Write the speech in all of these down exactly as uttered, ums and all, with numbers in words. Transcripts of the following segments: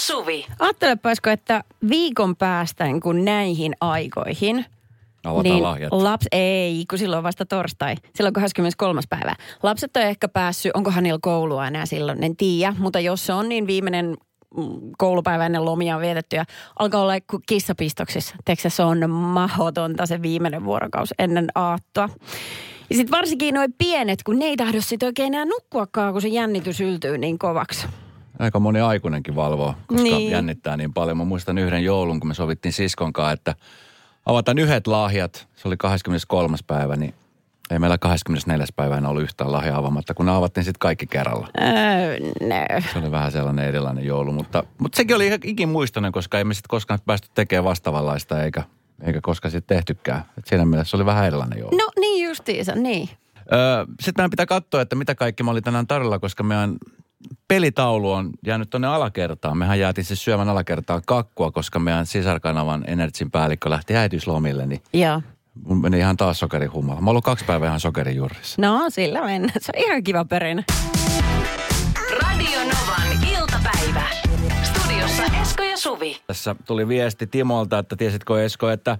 Suvi. Ajattelepaisiko, että viikon päästä kun näihin aikoihin... Avataan niin lahjat. Laps, ei, kun silloin vasta torstai. Silloin kahdeskymmeneskolmas päivä. Lapset on ehkä päässyt, onkohan niillä koulua enää silloin, en tiedä. Mutta jos se on, niin viimeinen koulupäivä ennen lomia on vietetty ja alkaa olla kissapistoksissa. Teekö se on mahdotonta se viimeinen vuorokausi ennen aattoa. Ja sitten varsinkin nuo pienet, kun ne ei tahdo sitten oikein enää nukkuakaan, kun se jännitys yltyy niin kovaksi. Aika moni aikuinenkin valvoo, koska niin. jännittää niin paljon. Mä muistan yhden joulun, kun me sovittiin siskon kanssa, että avataan yhdet lahjat. Se oli kahdeskymmeneskolmas päivä, niin ei meillä kahdeskymmenesneljäs päivänä ollut yhtään lahjaa avaamatta, kun ne avattiin sitten kaikki kerralla. Öö, no. Se oli vähän sellainen erilainen joulu, mutta, mutta sekin oli ihan ikimuistoinen, koska ei me sitten koskaan päästy tekemään vastaavanlaista eikä, eikä koskaan sitten tehtykään. Et siinä mielessä se oli vähän erilainen joulu. No niin justiinsa, niin. Öö, sitten meidän pitää katsoa, että mitä kaikki mä olin tänään tarjolla, koska meidän pelitaulu on jäänyt tuonne alakertaan. Mehän jäätiin siis syömään alakertaan kakkua, koska meidän sisarkanavan Energyn päällikkö lähti äitiyslomille, niin Joo. mun meni ihan taas sokerihumala. Mä oon ollut kaksi päivää ihan sokerijuurissa. No sillä mennään. Se on ihan kiva perinne. Radio Novan iltapäivä. Studiossa Esko ja Suvi. Tässä tuli viesti Timolta, että tiesitkö Esko, että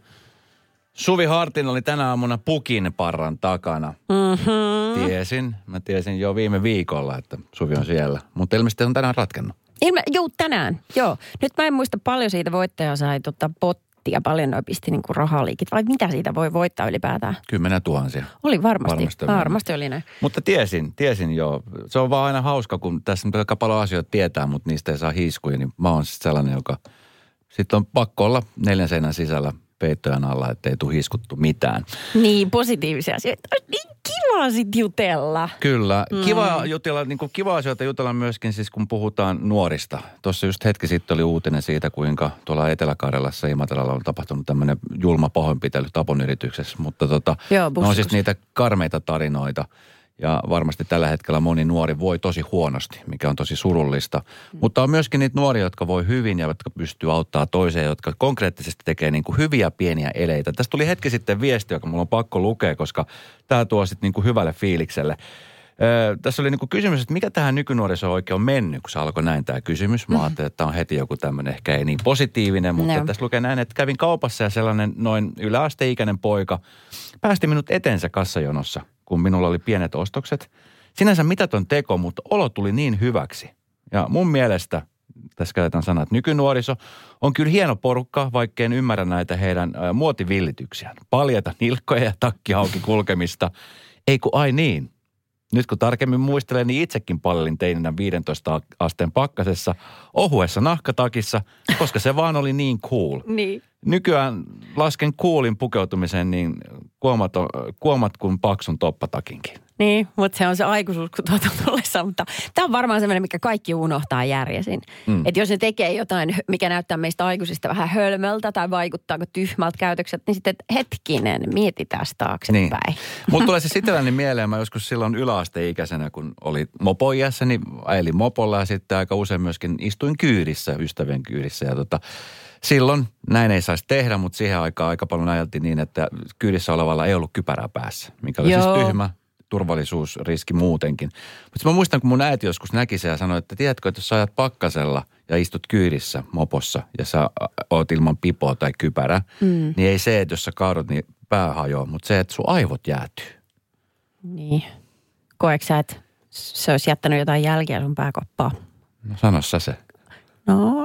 Suvi Hartin oli tänä aamuna pukin parran takana. Mm-hmm. Tiesin. Mä tiesin jo viime viikolla, että Suvi on siellä. Mutta ilmeisesti on tänään ratkennut. Ilme, juu, tänään. Joo. Nyt mä en muista paljon siitä voittaja sai tota pottia. Paljon noi pisti niinku rahaliikit. Vai mitä siitä voi voittaa ylipäätään? Kymmenen tuhansia. Oli varmasti. Varmasti, varmasti oli näin. Mutta tiesin, tiesin jo. Se on vaan aina hauska, kun tässä nyt aika paljon asioita tietää, mutta niistä ei saa hiiskuja. Niin mä oon sitten sellainen, joka sitten on pakko olla neljän seinän sisällä peittojen alla, ettei tule hiskuttu mitään. Niin, positiivisia asioita. Niin kiva sit jutella. Kyllä. Mm. Kiva jutella, niin kuin kiva asioita jutella myöskin siis, kun puhutaan nuorista. Tuossa just hetki sitten oli uutinen siitä, kuinka tuolla Etelä-Karjalassa Imatralla on tapahtunut tämmöinen julma pahoinpitely tapon yrityksessä. Mutta tota, Joo, ne on siis niitä karmeita tarinoita. Ja varmasti tällä hetkellä moni nuori voi tosi huonosti, mikä on tosi surullista. Mm. Mutta on myöskin niitä nuoria, jotka voi hyvin ja jotka pystyy auttaa toiseen, jotka konkreettisesti tekee niin kuin hyviä pieniä eleitä. Tästä tuli hetki sitten viesti, joka mulla on pakko lukea, koska tämä tuo sitten niin kuin hyvälle fiilikselle. Öö, tässä oli niin kuin kysymys, että mikä tähän nykynuorisoon oikein on mennyt, kun se alkoi näin tämä kysymys. Mä ajattelin, että tämä on heti joku tämmöinen ehkä ei niin positiivinen, mutta no. Tässä lukee näin, että kävin kaupassa ja sellainen noin yläasteikäinen poika päästi minut etensä kassajonossa, kun minulla oli pienet ostokset. Sinänsä mitätön teko, mutta olo tuli niin hyväksi. Ja mun mielestä, tässä käytetään sanaa, että nykynuoriso on kyllä hieno porukka, vaikka en ymmärrä näitä heidän ä, muotivillityksiään. Paljata nilkkoja ja takki auki kulkemista. Ei kun ai niin. Nyt kun tarkemmin muistelen, niin itsekin pallelin teininä viidentoista asteen pakkasessa, ohuessa nahkatakissa, koska se vaan oli niin cool. Niin. Nykyään lasken coolin pukeutumiseen niin kuomat, kuomat kuin paksun toppatakinkin. Niin, mutta se on se aikuisuus, kun tuota tullessa. Mutta tämä on varmaan semmoinen, mikä kaikki unohtaa järjesin. Mm. Että jos ne tekee jotain, mikä näyttää meistä aikuisista vähän hölmöltä tai vaikuttaako tyhmältä käytökset, niin sitten hetkinen, mietitään taaksepäin. Niin. Mutta tulee se itselläni mieleen, mä joskus silloin yläasteikäisenä, kun oli mopoiässä, niin ajelin mopolla ja sitten aika usein myöskin istuin kyydissä, ystävien kyydissä ja tota... Silloin näin ei saisi tehdä, mutta siihen aikaan aika paljon ajeltiin niin, että kyydissä olevalla ei ollut kypärää päässä, mikä oli Joo. siis tyhmä turvallisuusriski muutenkin. Mutta mä muistan, kun mun äiti joskus näki sen ja sanoi, että tiedätkö, että jos sä ajat pakkasella ja istut kyydissä mopossa ja sä oot ilman pipoa tai kypärää, mm. niin ei se, että jos sä kaadut, niin pää hajoaa, mutta se, että sun aivot jäätyy. Niin. Koetko sä, että se olisi jättänyt jotain jälkeä sun pääkoppaa? No sano sä se. No...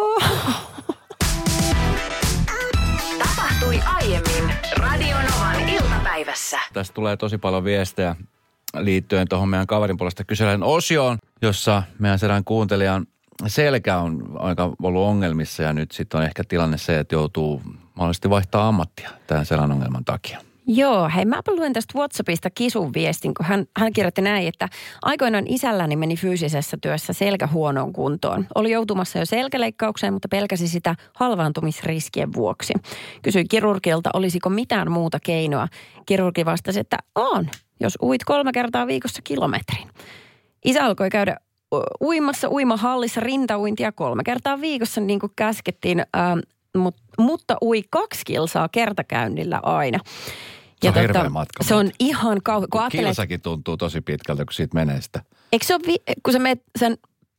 Tapahtui aiemmin Radio Novan iltapäivässä. Tästä tulee tosi paljon viestejä liittyen tuohon meidän kaverin puolesta kyselen osioon, jossa meidän sedän kuuntelijan selkä on aika ollut ongelmissa ja nyt sitten on ehkä tilanne se, että joutuu mahdollisesti vaihtaa ammattia tämän selän ongelman takia. Joo, hei mäpä luen tästä WhatsAppista Kisun viestin, kun hän, hän kirjoitti näin, että aikoinaan isälläni meni fyysisessä työssä selkä huonoon kuntoon. Oli joutumassa jo selkäleikkaukseen, mutta pelkäsi sitä halvaantumisriskien vuoksi. Kysyi kirurgilta, olisiko mitään muuta keinoa. Kirurgi vastasi, että on, jos uit kolme kertaa viikossa kilometrin. Isä alkoi käydä uimassa uimahallissa rintauintia kolme kertaa viikossa, niin kuin käskettiin, äh, mut, mutta ui kaksi kilsaa kertakäynnillä aina. Se on ja hirveä tota, matka. Se on ihan kauhean. Kilsakin tuntuu tosi pitkältä, kun siitä menee sitä. Eikö se ole, vi- kun sä menet sen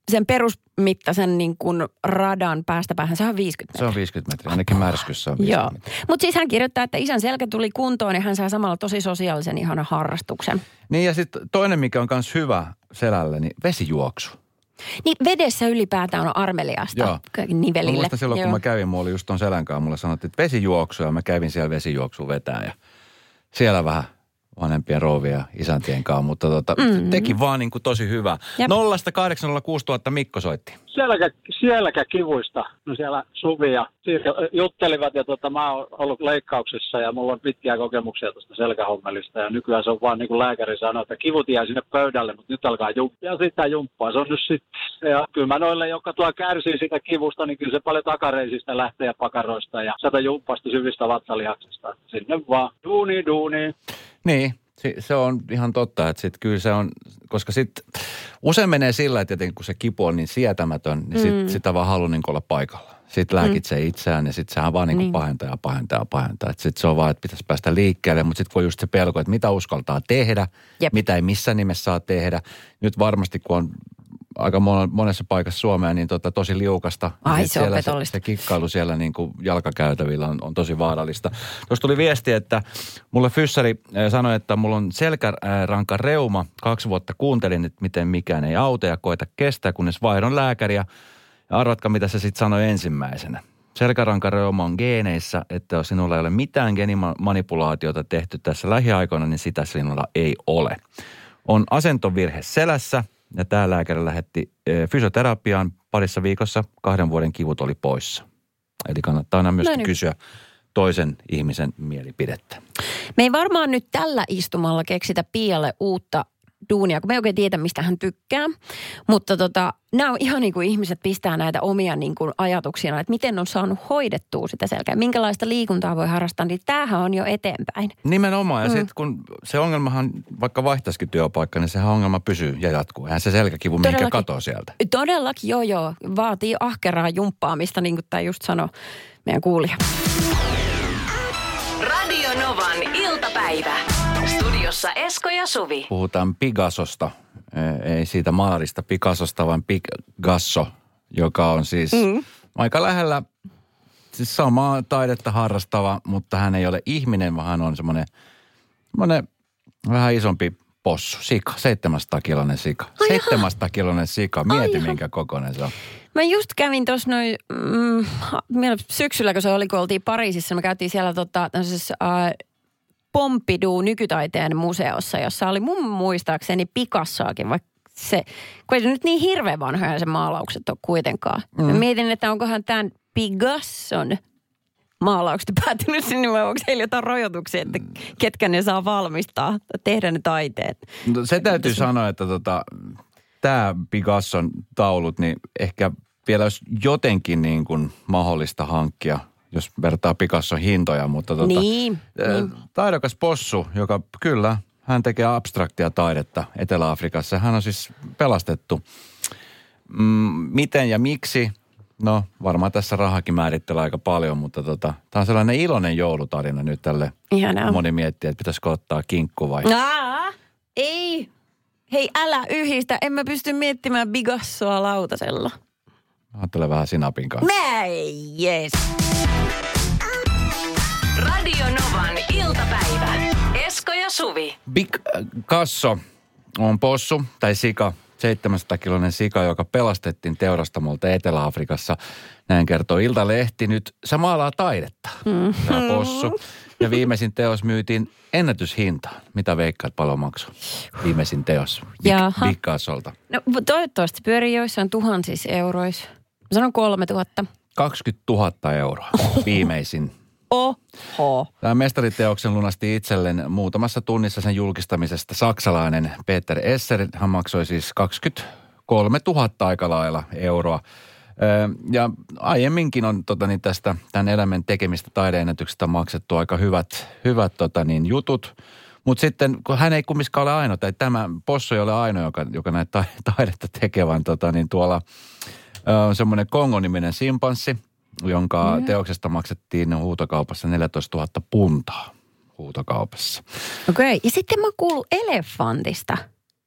sen perusmittaisen niin kuin radan päästä päähän, se on viisikymmentä metriä. Se on viisikymmentä metriä, ainakin märskyssä on viisikymmentä metriä. Mutta siis hän kirjoittaa, että isän selkä tuli kuntoon ja hän saa samalla tosi sosiaalisen ihana harrastuksen. Niin ja sitten toinen, mikä on myös hyvä selälle, niin vesijuoksu. Niin vedessä ylipäätään on armeliasta. Joo. Nivelille. Mä muistan silloin, Joo. kun mä kävin, mulla oli just ton selänkaan, mulle sanottiin, että vesijuoksu ja mä kävin siellä vesijuoksu vetää ja siellä vähän vanhempien rouvia ja isäntien kanssa, mutta tota, mm-hmm. teki vaan niin kuin tosi hyvää. Nollasta kahdeksan nolla kuusi tuhatta Mikko soitti. Sielläkä, sielläkä kivuista. No siellä Suvi ja siitä juttelivat ja tota, mä oon ollut leikkauksessa ja mulla on pitkiä kokemuksia tuosta selkähommelista ja nykyään se on vaan niin kuin lääkäri sanoi, että kivut jää sinne pöydälle, mutta nyt alkaa jumppia. Ja sitä jumppaa, se on nyt sitten. Ja kyllä mä noille, jotka tuolla kärsii sitä kivusta, niin kyllä se paljon takareisistä lähtee ja pakaroista ja sata jumppasta syvistä vatsalihaksista. Sinne vaan duuni, duuni. Niin, se on ihan totta, että sit kyllä se on, koska sitten usein menee sillä, että kun se kipu on niin sietämätön, niin sit, mm. sitä vaan haluaa niin olla paikalla. Sitten lääkitsee mm. itseään ja sitten sehän vaan niin niin. pahentaa ja pahentaa ja pahentaa. Sitten se on vaan, että pitäisi päästä liikkeelle, mutta sitten voi just se pelko, että mitä uskaltaa tehdä, Jep. mitä ei missään nimessä saa tehdä. Nyt varmasti kun on aika monessa paikassa Suomea, niin tota, tosi liukasta. Ai, se on se, se kikkailu siellä niin kuin jalkakäytävillä on, on tosi vaarallista. Tuossa tuli viesti, että mulle fyssäri sanoi, että mulla on selkärankan reuma. Kaksi vuotta kuuntelin, että miten mikään ei auta ja koeta kestää, kunnes vaihdon lääkäriä. Ja arvatkaa, mitä se sitten sanoi ensimmäisenä. Selkärankan reuma on geeneissä, että jos sinulla ei ole mitään geenimanipulaatiota tehty tässä lähiaikoina, niin sitä sinulla ei ole. On asentovirhe selässä. Ja tämä lääkäri lähetti fysioterapiaan parissa viikossa, kahden vuoden kivut oli poissa. Eli kannattaa aina myös no niin. kysyä toisen ihmisen mielipidettä. Me ei varmaan nyt tällä istumalla keksitä Pialle uutta duunia, kun me ei oikein tiedä, mistä hän tykkää. Mutta tota, nämä on ihan niin kuin ihmiset pistää näitä omia niin kuin ajatuksia, että miten on saanut hoidettua sitä selkää. Minkälaista liikuntaa voi harrastaa, niin tämähän on jo eteenpäin. Nimenomaan. Ja mm. sitten kun se ongelmahan, vaikka vaihtaisikin työpaikka, niin sehän ongelma pysyy ja jatkuu. Eihän se selkäkivu mihinkä katoo sieltä. Todellakin, joo joo. Vaatii ahkeraa jumppaamista, niin kuin tämä just sanoi meidän kuulija. Radio Novan iltapäivä. Studiossa Esko ja Suvi. Puhutaan Picassosta. Ei siitä maalarista Picassosta, vaan Picasso, joka on siis mm. aika lähellä siis samaa taidetta harrastava, mutta hän ei ole ihminen, vaan hän on semmoinen, semmoinen vähän isompi possu. Sika, seitsemänsataa-kiloinen sika. seitsemänsataa-kiloinen sika. Mieti, Ai minkä kokoinen se on. Mä just kävin tuossa noin, mm, syksyllä kun se oli, kun oltiin Pariisissa, me käytiin siellä tota, tämmöisessä äh, Pompidou nykytaiteen museossa, jossa oli mun muistaakseni Picassoakin, vaikka se, kun ei se nyt niin hirveän vanhoja se maalaukset ole kuitenkaan. Mm. Mä mietin, että onkohan tämän Picasson maalaukset päätynyt sinne, vai onko heillä jotain rajoituksia, että ketkä ne saa valmistaa, tehdä ne taiteet. No, se täytyy Tässä... sanoa, että tota, tämä Picasson taulut, niin ehkä vielä olisi jotenkin niin kuin mahdollista hankkia, jos vertaa Picasson hintoja, mutta tota, niin, äh, niin. taidokas possu, joka kyllä, hän tekee abstraktia taidetta Etelä-Afrikassa. Hän on siis pelastettu. Mm, miten ja miksi? No, varmaan tässä rahakin määrittelee aika paljon, mutta tota, tämä on sellainen iloinen joulutarina nyt tälle. Ihanaa. Moni miettii, että pitäisikö ottaa kinkku vai? Aa, ei. Hei, älä yhdistä. En mä pysty miettimään Picassoa lautasella. Ajattelen vähän sinapin kanssa. Mä ei, jes. Radio Novan iltapäivä. Esko ja Suvi. Picasso on possu tai sika, seitsemänsataa-kiloinen sika, joka pelastettiin teurastamolta Etelä-Afrikassa. Näin kertoo Iltalehti. Nyt se maalaa taidetta, mm. tämä possu. Ja viimeisin teos myytiin ennätyshintaan. Mitä veikkaat paljon maksoi? Viimeisin teos Picassolta. No toivottavasti pyörii joissain tuhansissa euroissa. Mä sanon kolme tuhatta. kaksikymmentätuhatta euroa viimeisin. Oho. Tämä mestariteoksen lunasti itselleen muutamassa tunnissa sen julkistamisesta saksalainen Peter Esser. Hän maksoi siis kaksikymmentäkolmetuhatta aika lailla euroa. Ja aiemminkin on tota, niin tästä tämän elämän tekemistä taideennätyksestä maksettu aika hyvät, hyvät tota, niin, jutut. Mutta sitten, kun hän ei kumminkaan ole ainoa, tai tämä possu ei ole ainoa, joka, joka näitä taidetta tekee, vaan tota, niin tuolla on semmoinen Kongo-niminen simpanssi, jonka mm. teoksesta maksettiin huutokaupassa neljätoistatuhatta puntaa huutokaupassa. Okei, okay. Ja sitten mä kuulun elefantista.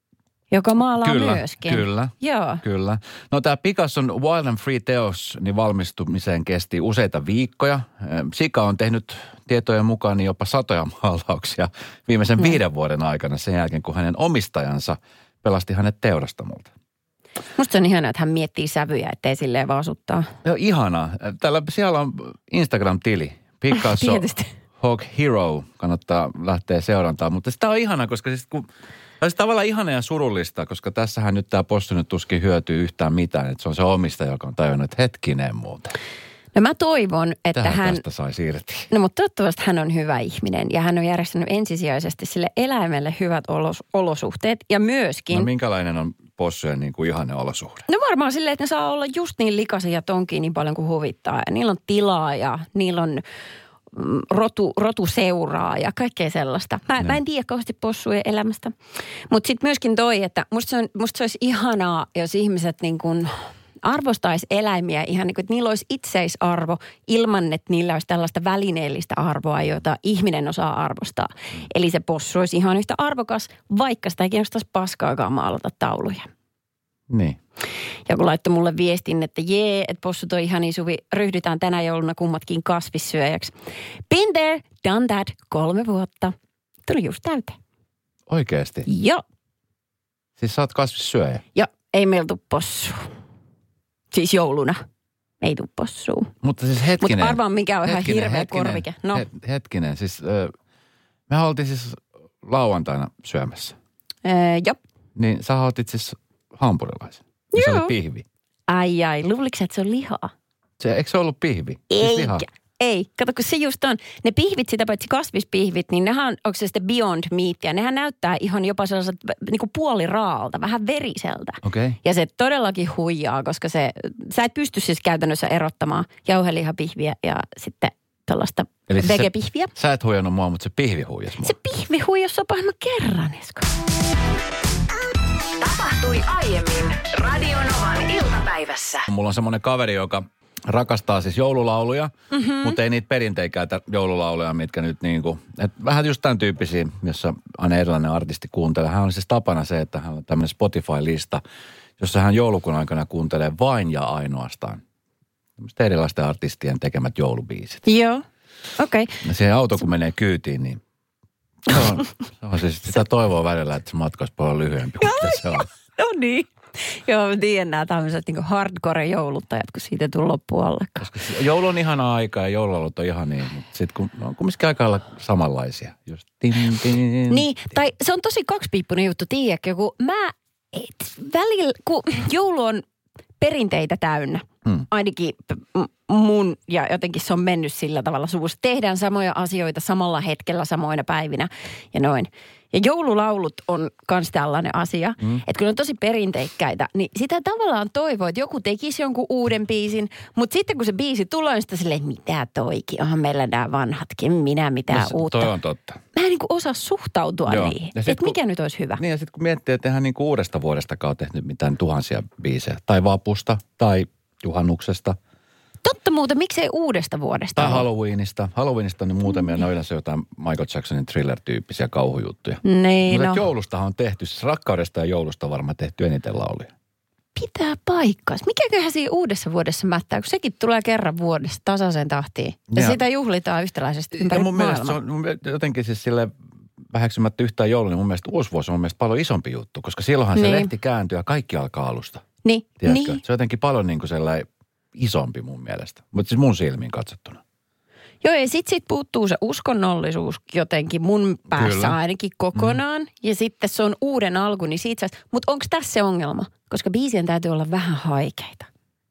Joka maalaa kyllä, myöskin. Kyllä, Joo. kyllä. No tämä Picasson Wild and Free-teos niin valmistumiseen kesti useita viikkoja. Sika on tehnyt tietojen mukaan niin jopa satoja maalauksia viimeisen Mm. viiden vuoden aikana sen jälkeen, kun hänen omistajansa pelasti hänet teurastamolta. Musta se on ihanaa, että hän miettii sävyjä, ettei silleen vaan suttaa. Joo, ihanaa. Täällä, siellä on Instagram-tili. Picasso Tietysti. Hawk Hero. Kannattaa lähteä seurantaan. Mutta sitä on ihanaa, koska siis kun... Olisi tavallaan ihana ja surullista, koska tässähän nyt tämä possu nyt tuskin hyötyy yhtään mitään. Että se on se omistaja, joka on tajunnut, että hetkinen muuten. No mä toivon, että Tähän hän... tästä saisi irti. No mutta toivottavasti hän on hyvä ihminen ja hän on järjestänyt ensisijaisesti sille eläimelle hyvät olos, olosuhteet ja myöskin... No minkälainen on possujen niin kuin ihanne olosuhde? No varmaan silleen, että ne saa olla just niin likaisia ja tonkia niin paljon kuin huvittaa ja niillä on tilaa ja niillä on mm, rotu, rotu seuraa ja kaikkea sellaista. Mä, mä en tiedä kauheasti possujen elämästä. Mutta sitten myöskin toi, että musta se, on, musta se olisi ihanaa, jos ihmiset niin kuin... arvostaisi eläimiä ihan niin kuin, että niillä olisi itseisarvo ilman, että niillä olisi tällaista välineellistä arvoa, jota ihminen osaa arvostaa. Eli se possu olisi ihan yhtä arvokas, vaikka sitä ei kiinnostaisi paskaakaan maalata tauluja. Niin. Ja kun laittoi mulle viestin, että jee, että possut on ihan niin Suvi, ryhdytään tänä jouluna kummatkin kasvissyöjäksi. Been there, done that, kolme vuotta. Tuli just täyteen. Oikeasti? Joo. Siis sä oot kasvissyöjä? Joo, ei meillä tule possua. Siis jouluna. Ei tule possua. Mutta siis hetkinen. Mutta arvaan, mikä on hetkinen, ihan hirveä hetkinen, korvike. No. Het, hetkinen, siis ö, me oltiin siis lauantaina syömässä. Öö, joo. Niin sä otit siis hampurilaisen. Joo. Se oli pihvi. Ai ai, luuliko että se on lihaa? Se, eikö se ollut pihvi? Siis Eikä. liha. Ei, kato kun se just on. Ne pihvit, sitä paitsi kasvispihvit, niin nehän, onko se sitten Beyond Meatia, nehän näyttää ihan jopa sellaiset niin kuin puoliraalta, vähän veriseltä. Okei. Okay. Ja se todellakin huijaa, koska se, sä et pysty siis käytännössä erottamaan jauhelihapihviä ja sitten tällaista Eli vegepihviä. Se, sä et huijannut mua, mutta se pihvi huijas mua. Se pihvi huijasi sua pahemman kerran, Esko. Tapahtui aiemmin Radionovan iltapäivässä. Mulla on semmoinen kaveri, joka rakastaa siis joululauluja, mm-hmm. mutta ei niitä perinteikäitä joululauluja, mitkä nyt niin kuin, että vähän just tämän tyyppisiä, jossa aina erilainen artisti kuuntelee. Hän on siis tapana se, että hän on tämmöinen Spotify-lista, jossa hän joulukuun aikana kuuntelee vain ja ainoastaan tämmöisten erilaisten artistien tekemät joulubiisit. Joo, okei. Okay. Ja se auto, kun menee kyytiin, niin se on, se on siis, sitä toivoa välillä, että se matka olisi paljon lyhyempi kuin se on. No niin. Joo, mä tiedän nämä tämmöiset niin hardcore-jouluttajat, kun siitä ei tule loppuun ollenkaan. Koska joulu on ihana aika ja joululaulut on ihan niin, mutta sitten kun no, on kumminkin aika olla samanlaisia. Just tin, tin, Niin, tai se on tosi kaksipiippunen juttu, tiedätkö, kun mä et, välillä, kun joulu on perinteitä täynnä, hmm. ainakin m- mun ja jotenkin se on mennyt sillä tavalla suvussa. Tehdään samoja asioita samalla hetkellä, samoina päivinä ja noin. Ja joululaulut on myös tällainen asia, mm. että kun ne on tosi perinteikkäitä, niin sitä tavallaan toivoo, että joku tekisi jonkun uuden biisin, mutta sitten kun se biisi tulee, niin sitten silleen, mitä toikin, onhan meillä nämä vanhatkin, minä mitään no, uutta. Toi on totta. Mä en niin kuin osaa suhtautua Joo. niihin, että kun, mikä nyt olisi hyvä. Niin ja sitten kun miettii, että eihän niin kuin uudesta vuodestakaan ole tehnyt mitään tuhansia biisejä, tai vapusta, tai juhannuksesta. Totta muuten, miksei uudesta vuodesta? Tai ole? Halloweenista. Halloweenista on niin muutamia, mm. ne on yleensä jotain Michael Jacksonin thriller-tyyppisiä kauhujuttuja. Niin, mutta no. joulustahan on tehty, siis rakkaudesta ja joulusta on varmaan tehty eniten lauluja. Pitää paikkaansa. Mikäköhän siinä uudessa vuodessa mättää, kun sekin tulee kerran vuodessa tasaisen tahtiin. Ja, ja sitä juhlitaan yhtäläisesti ympäri ja mun maailmaa. mielestä se on mun mielestä jotenkin siis sille väheksymättä yhtään joulua, niin mun mielestä uusi vuosi on mun mielestä paljon isompi juttu, koska silloinhan niin. se lehti kääntyy ja kaikki alkaa alusta. Niin, Tiedätkö? niin. Se on jotenkin paljon niin kuin sellainen isompi mun mielestä, mutta siis mun silmiin katsottuna. Joo, ja sit, sit puuttuu se uskonnollisuus jotenkin mun päässä Kyllä. ainakin kokonaan. Mm. Ja sitten se on uuden alku, niin siitä saisi. Mutta onko tässä se ongelma? Koska biisien täytyy olla vähän haikeita.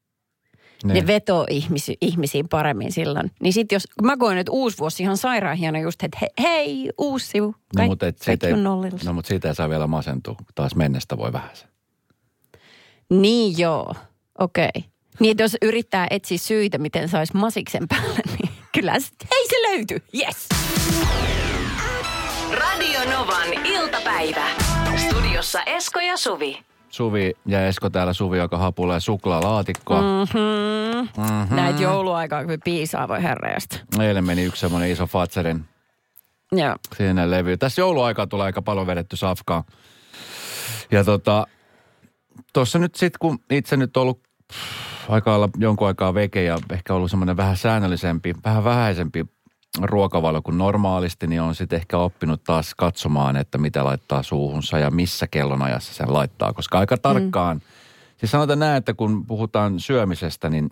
Ne, ne vetoo ihmisi, ihmisiin paremmin silloin. Niin sit jos, mä koen, että uusi vuosi ihan sairaan hieno just, että he, hei, uusi sivu. Kaik, no, mutta kaikki ei, on nollilla. No mutta siitä ei saa vielä masentua, taas mennestä voi vähän se. Niin joo, okei. Okay. Niin, että jos yrittää etsiä syitä, miten saisi masiksen päälle, niin kyllä se, hei se löytyy, yes! Radio Novan iltapäivä. Studiossa Esko ja Suvi. Suvi ja Esko täällä, Suvi, joka hapuilee suklaalaatikkoa. Mm-hmm. Mm-hmm. Näitä jouluaikaa kyllä piisaa voi herreästä. Eilen meni yksi semmoinen iso Fatserin Joo. siinä levy. Tässä jouluaikaa tulee aika paljon vedetty safkaa. Ja tota, tuossa nyt sitten, kun itse nyt on ollut pff, aika olla jonkun aikaa veke ja ehkä ollut semmoinen vähän säännöllisempi, vähän vähäisempi ruokavalio kuin normaalisti, niin on sitten ehkä oppinut taas katsomaan, että mitä laittaa suuhunsa ja missä kellonajassa sen laittaa. Koska aika tarkkaan, mm. siis sanotaan näin, että kun puhutaan syömisestä, niin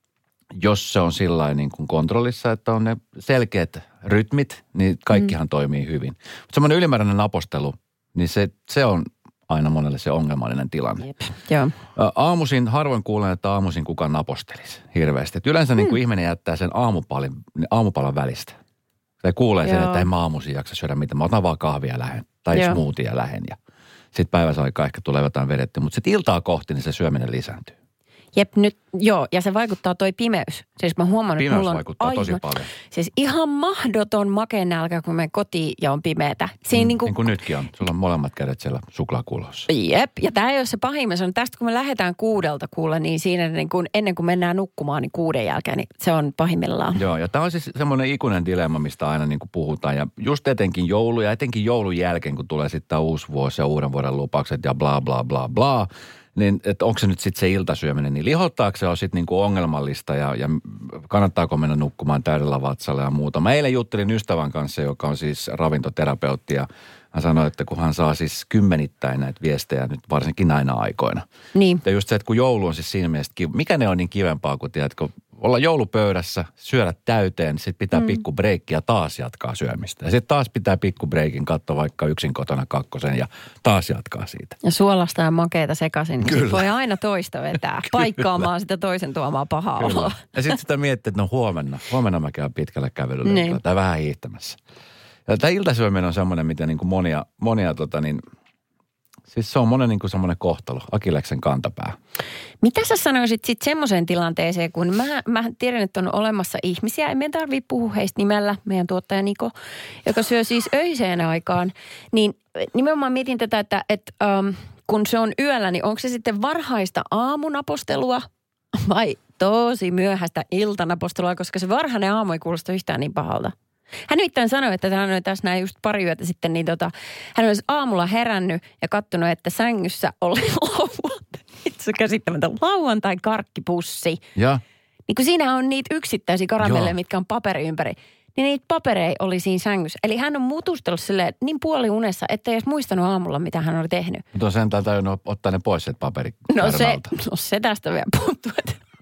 jos se on sillain niin kuin kontrollissa, että on ne selkeät rytmit, niin kaikkihan mm. toimii hyvin. Mutta semmoinen ylimääräinen napostelu, niin se, se on aina monelle se ongelmallinen tilanne. Jep. Joo. Aamuisin, harvoin kuulen, että aamuisin kukaan napostelisi hirveästi. Et yleensä mm. niin kuin ihminen jättää sen aamupalin, aamupalan välistä. Tai kuulee Joo. sen, että en mä aamuisin jaksa syödä mitään. Mä otan vaan kahvia lähen tai smoothia lähen ja sitten päiväsaikaa ehkä tulee jotain vedettä. Mutta sitten iltaa kohti, niin se syöminen lisääntyy. Jep, nyt, joo, ja se vaikuttaa toi pimeys. Siis mä huomannut, pimeys että mulla on vaikuttaa aivan, tosi paljon. Siis ihan mahdoton makea nälkä, kun menen kotiin ja on pimeätä. Siinä mm, niin, kuin, niin kuin nytkin on. Sulla on molemmat kädet siellä suklaakulossa. Jep, ja tämä ei ole se pahin. Se on tästä, kun me lähdetään kuudelta kuulla, niin siinä niin kuin, ennen kuin mennään nukkumaan, niin kuuden jälkeen, niin se on pahimmillaan. Joo, ja tämä on siis semmoinen ikuinen dilemma, mistä aina niin kuin puhutaan. Ja just etenkin joulu ja etenkin joulun jälkeen, kun tulee sitten uusi vuosi ja uuden vuoden lupaukset ja bla bla bla bla. Niin, että onko se nyt sitten se iltasyöminen, niin lihottaako se on sitten niinku ongelmallista ja, ja kannattaako mennä nukkumaan täydellä vatsalla ja muuta. Mä eilen juttelin ystävän kanssa, joka on siis ravintoterapeutti ja hän sanoi, että kun hän saa siis kymmenittäin näitä viestejä nyt varsinkin näinä aikoina. Niin. Ja just se, että kun joulu on siis siinä mielessä, mikä ne on niin kivempaa kuin tiedätkö, olla joulupöydässä, syödä täyteen, sitten pitää mm. pikku breikki ja taas jatkaa syömistä. Ja sitten taas pitää pikku breikin katsoa vaikka yksin kotona kakkosen ja taas jatkaa siitä. Ja suolasta ja makeita sekaisin, niin sit voi aina toista vetää, paikkaamaan sitä toisen tuomaa pahaa oloa. Ja sitten sitä miettii, että no huomenna, huomenna mä käyn pitkälle kävelyllä niin. tai vähän hiihtämässä. Ja tämä iltasyöminen on semmoinen, mitä niin kuin monia, monia tota niin, siis se on monen niin kuin semmoinen kohtalo, Akilleksen kantapää. Mitä sä sanoisit sitten semmoiseen tilanteeseen, kun mä, mä tiedän, että on olemassa ihmisiä, ei meidän tarvitse puhua heistä nimellä, meidän tuottaja Niko, joka syö siis öiseen aikaan, niin nimenomaan mietin tätä, että, että ähm, kun se on yöllä, niin onko se sitten varhaista aamunapostelua vai tosi myöhäistä iltanapostelua, koska se varhainen aamu ei kuulosta yhtään niin pahalta. Hän nimittäin sanoi, että hän oli tässä näin just pari yötä sitten, niin tota, hän olisi aamulla herännyt ja katsonut, että sängyssä oli lauantai. Itse käsittämätön lauantai karkkipussi. Ja. Niin kun siinä on niitä yksittäisiä karamelleja, mitkä on paperi ympäri. Niin niitä papereja oli siinä sängyssä. Eli hän on mutustellut silleen niin puoliunessa, ettei edes muistanut aamulla, mitä hän oli tehnyt. Mutta on sen täytyy ottaa ne pois sieltä paperi. No se, no se tästä vielä puuttuu.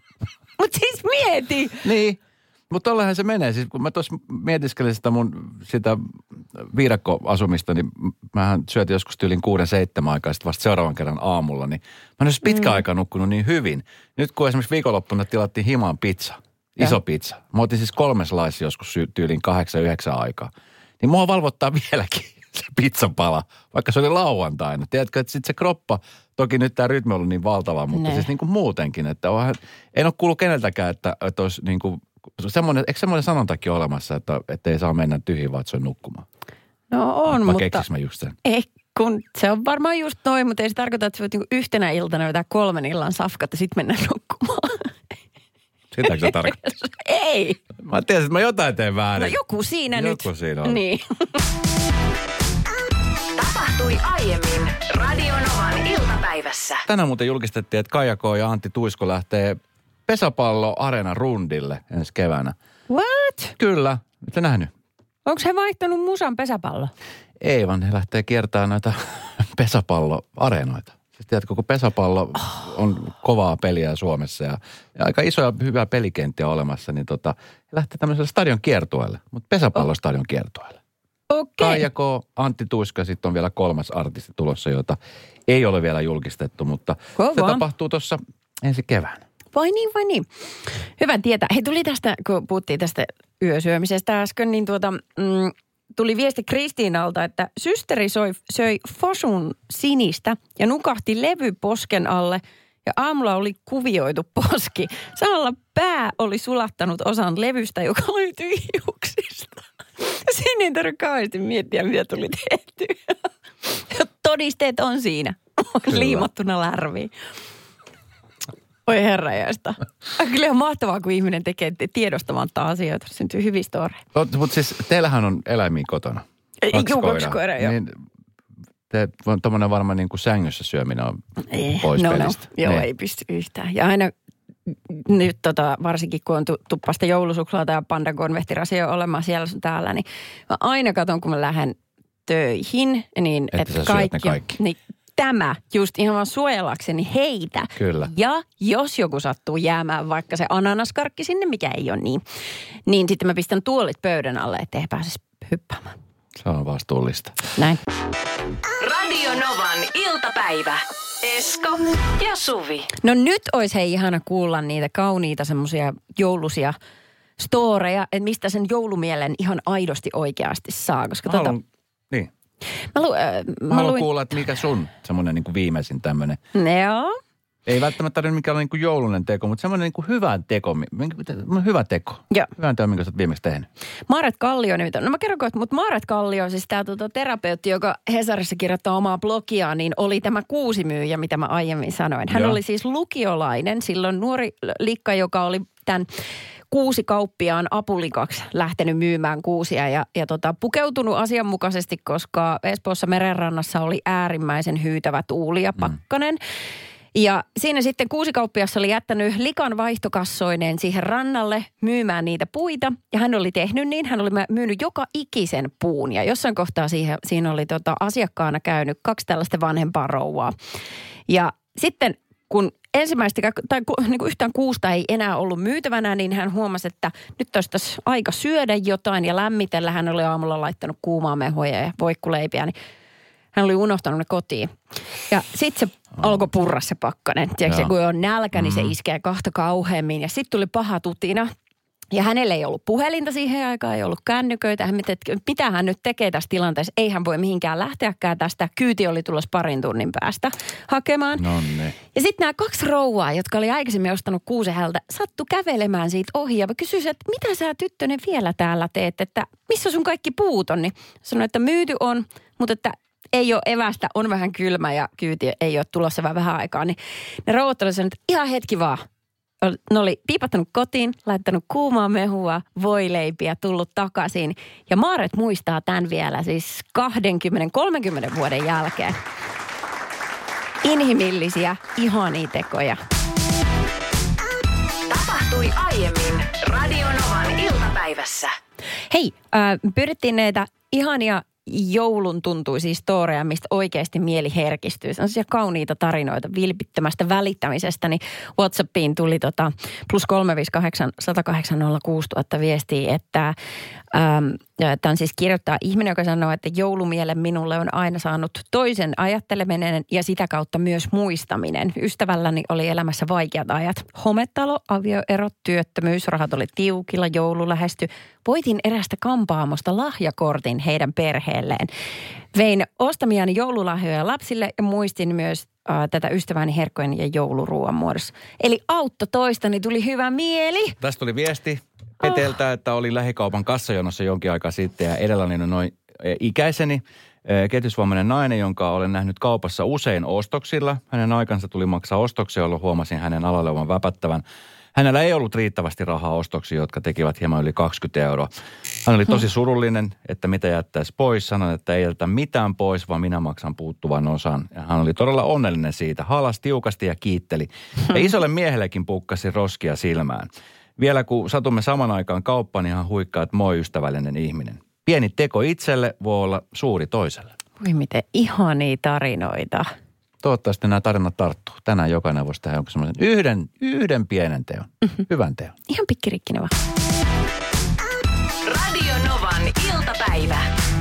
Mutta siis mieti. Niin. Mutta tollahan se menee. Siis kun mä tuossa mietiskelin sitä mun sitä viidakkoasumista, niin mähän syötin joskus tyylin kuuden seitsemän aikaa sitten vasta seuraavan kerran aamulla. Niin mä en olisi pitkä mm. aikaa nukkunut niin hyvin. Nyt kun esimerkiksi viikonloppuna tilattiin himaan pizza, iso ja. pizza. Mä otin siis kolme slicea joskus tyylin kahdeksan yhdeksän aikaa. Niin mua valvottaa vieläkin se pizzapala, vaikka se oli lauantaina. Tiedätkö, että sitten se kroppa, toki nyt tämä rytmi on ollut niin valtava, mutta ne. siis niin kuin muutenkin. Että onhan, en ole kuullut keneltäkään, että, että olisi niin kuin semmoinen, eikö semmoinen sanontakin olemassa, että, että ei saa mennä tyhjiin vatsoin nukkumaan? No on, Mä mutta... keksis mä just sen. Ei, kun se on varmaan just noin, mutta ei se tarkoita, että sä voit niinku yhtenä iltana vetää kolmen illan safkat ja sitten mennä nukkumaan. Sitäkö sä tarkoittaa? Ei. Mä tiesin, että mä jotain teen väärin. No joku siinä joku nyt. Joku siinä on. Niin. Tapahtui aiemmin Radionovan iltapäivässä. Tänään muuten julkistettiin, että Kaija K. ja Antti Tuisko lähtee pesäpallo-areenan rundille ensi keväänä. What? Kyllä. Ette nähnyt? Onko he vaihtanut musan pesäpallo? Ei, vaan he lähtee kiertämään näitä pesäpallo-areenoita. Siis tiedätkö, kun pesäpallo on kovaa peliä Suomessa ja, ja aika isoja hyvää pelikenttiä olemassa, niin tota, he lähtee tämmöiselle stadion kiertueelle, mutta pesäpallostadion kiertueelle. Okei. Kaija K, Antti Tuiska, sitten on vielä kolmas artisti tulossa, jota ei ole vielä julkistettu, mutta Kova. se tapahtuu tuossa ensi keväänä. Vai niin, vai niin. Hyvä tietää. Hei, tuli tästä, kun puhuttiin tästä yösyömisestä äsken, niin tuota, mm, tuli viesti Kristiinalta, että systeri soi, söi Fosun sinistä ja nukahti levyposken alle ja aamulla oli kuvioitu poski. Samalla pää oli sulattanut osan levystä, joka löytyi hiuksista. Siinä ei tarvitse kauheasti miettiä, mitä tuli tehtyä. Todisteet on siinä. Liimattuna lärviin. Oi herranjeesta. Kyllä ihan mahtavaa, kun ihminen tekee tiedostamatta asioita. Syntyy hyviä storeja. Mutta siis teillähän on eläimiä kotona. Kaksi Joo, kaksi koiraa, joo. Niin, Tuommoinen varmaan niin kuin sängyssä syöminen on ei, pois no, pelistä. No, joo, ei pysty yhtään. Ja aina nyt tota, varsinkin kun on tu- tuppasta joulusuklaata ja pandakonvehtirasia olemaan siellä sun täällä, niin mä aina katson, kun mä lähden töihin, niin että, että kaikki, kaikki. Niin tämä just ihan vaan suojelakseni heitä. Kyllä. Ja jos joku sattuu jäämään vaikka se ananaskarkki sinne, mikä ei ole niin, niin sitten mä pistän tuolit pöydän alle, ettei pääsisi hyppäämään. Se on vastuullista. Näin. Radio Novan iltapäivä. Esko ja Suvi. No nyt olisi hei ihana kuulla niitä kauniita semmoisia joulusia storeja, että mistä sen joulumielen ihan aidosti oikeasti saa. Koska mä tota, haluan, niin. Mä, lu, äh, mä, mä haluan luin, kuulla, että mikä sun semmoinen niin kuin viimeisin tämmöinen. Joo. Ei välttämättä tarvitse mikään niin kuin joulunen teko, mutta semmoinen niin kuin hyvä teko. Hyvä teko. Joo. Hyvä teko, minkä sä oot viimeksi tehnyt. Maaret Kallio nimittäin. No mä kerron, mutta Maaret Kallio, siis tämä tuota, terapeutti, joka Hesarissa kirjoittaa omaa blogiaan, niin oli tämä kuusimyyjä, mitä mä aiemmin sanoin. Hän Joo. oli siis lukiolainen, silloin nuori likka, joka oli tämän kuusi kauppiaan apulikaksi lähtenyt myymään kuusia ja, ja tota, pukeutunut asianmukaisesti, koska Espoossa merenrannassa oli äärimmäisen hyytävä tuuli ja pakkanen. Mm. Ja siinä sitten kuusikauppias oli jättänyt likan vaihtokassoineen siihen rannalle myymään niitä puita. Ja hän oli tehnyt niin, hän oli myynyt joka ikisen puun. Ja jossain kohtaa siihen, siinä oli tota asiakkaana käynyt kaksi tällaista vanhempaa rouvaa. Ja sitten kun ensimmäistä, tai niin kuin yhtään kuusta ei enää ollut myytävänä, niin hän huomasi, että nyt olisi tässä aika syödä jotain ja lämmitellä. Hän oli aamulla laittanut kuumaa mehoja ja voikkuleipiä, niin hän oli unohtanut ne kotiin. Ja sitten se oh. alkoi purra se pakkanen. Tiedätkö, kun on nälkä, niin mm-hmm. se iskee kahta kauheammin. Ja sitten tuli paha tutina. Ja hänellä ei ollut puhelinta siihen aikaan, ei ollut kännyköitä. Hän miettii, että mitä hän nyt tekee tässä tilanteessa. Ei hän voi mihinkään lähteäkään tästä. Kyyti oli tulossa parin tunnin päästä hakemaan. Nonne. Ja sitten nämä kaksi rouvaa, jotka oli aikaisemmin ostanut kuusenhältä, sattu kävelemään siitä ohi. Ja kysyi, että mitä sä tyttönen vielä täällä teet, että missä sun kaikki puut on? Niin sanoi, että myyty on, mutta että ei ole evästä, on vähän kylmä ja kyyti ei ole tulossa vähän, vähän aikaa. Niin ne rouvat oli sanonut, että ihan hetki vaan. Ne oli piipattanut kotiin, laittanut kuumaa mehua, voileipiä, tullut takaisin. Ja Maaret muistaa tämän vielä siis kaksikymmentä kolmekymmentä vuoden jälkeen. Inhimillisiä, ihania tekoja. Tapahtui aiemmin Radio Novan iltapäivässä. Hei, äh, pyydettiin näitä ihania joulun tuntuisia storeja, mistä oikeasti mieli herkistyy. Sellaisia kauniita tarinoita vilpittömästä välittämisestä, niin WhatsAppiin tuli tota plus kolme viisi kahdeksan sata kahdeksan nolla kuusi tuhatta viestiä, että ähm, tämän siis kirjoittaa ihminen, joka sanoo, että joulumiele minulle on aina saanut toisen ajatteleminen ja sitä kautta myös muistaminen. Ystävälläni oli elämässä vaikeat ajat. Hometalo, avioerot, työttömyys, rahat oli tiukilla, joulu lähestyi. Voitin erästä kampaamosta lahjakortin heidän perheelleen. Vein ostamiani joululahjoja lapsille ja muistin myös äh, tätä ystäväni herkkojen ja jouluruuan muodossa. Eli autto toistani, tuli hyvä mieli. Tästä tuli viesti Peteltä, oh. että oli lähikaupan kassajonossa jonkin aikaa sitten ja edelläni on noin ikäiseni kehitysvammainen nainen, jonka olen nähnyt kaupassa usein ostoksilla. Hänen aikansa tuli maksaa ostoksia, jolloin huomasin hänen alalle olevan väpättävän. Hänellä ei ollut riittävästi rahaa ostoksiin, jotka tekivät hieman yli kaksikymmentä euroa. Hän oli tosi surullinen, että mitä jättäisi pois. Sanoin, että ei jätä mitään pois, vaan minä maksan puuttuvan osan. Ja hän oli todella onnellinen siitä. Halasi tiukasti ja kiitteli. Ja isolle miehellekin pukkasi roskia silmään. Vielä kun satumme saman aikaan kauppaan, niin hän huikkaa, että moi ystävällinen ihminen. Pieni teko itselle voi olla suuri toiselle. Voi miten ihania tarinoita. Toivottavasti nämä tarinat tarttuu. Tänään jokainen voisi tehdä jonkun semmoisen yhden, yhden pienen teon, mm-hmm. hyvän teon. Ihan pikkirikkinen vaan. Radio Novan iltapäivä.